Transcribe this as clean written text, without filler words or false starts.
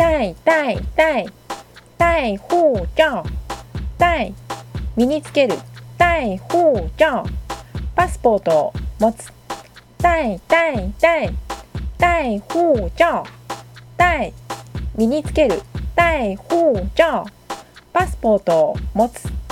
戴護照身につける戴護照パスポートを持つ戴護照身につける戴護照パスポートを持つ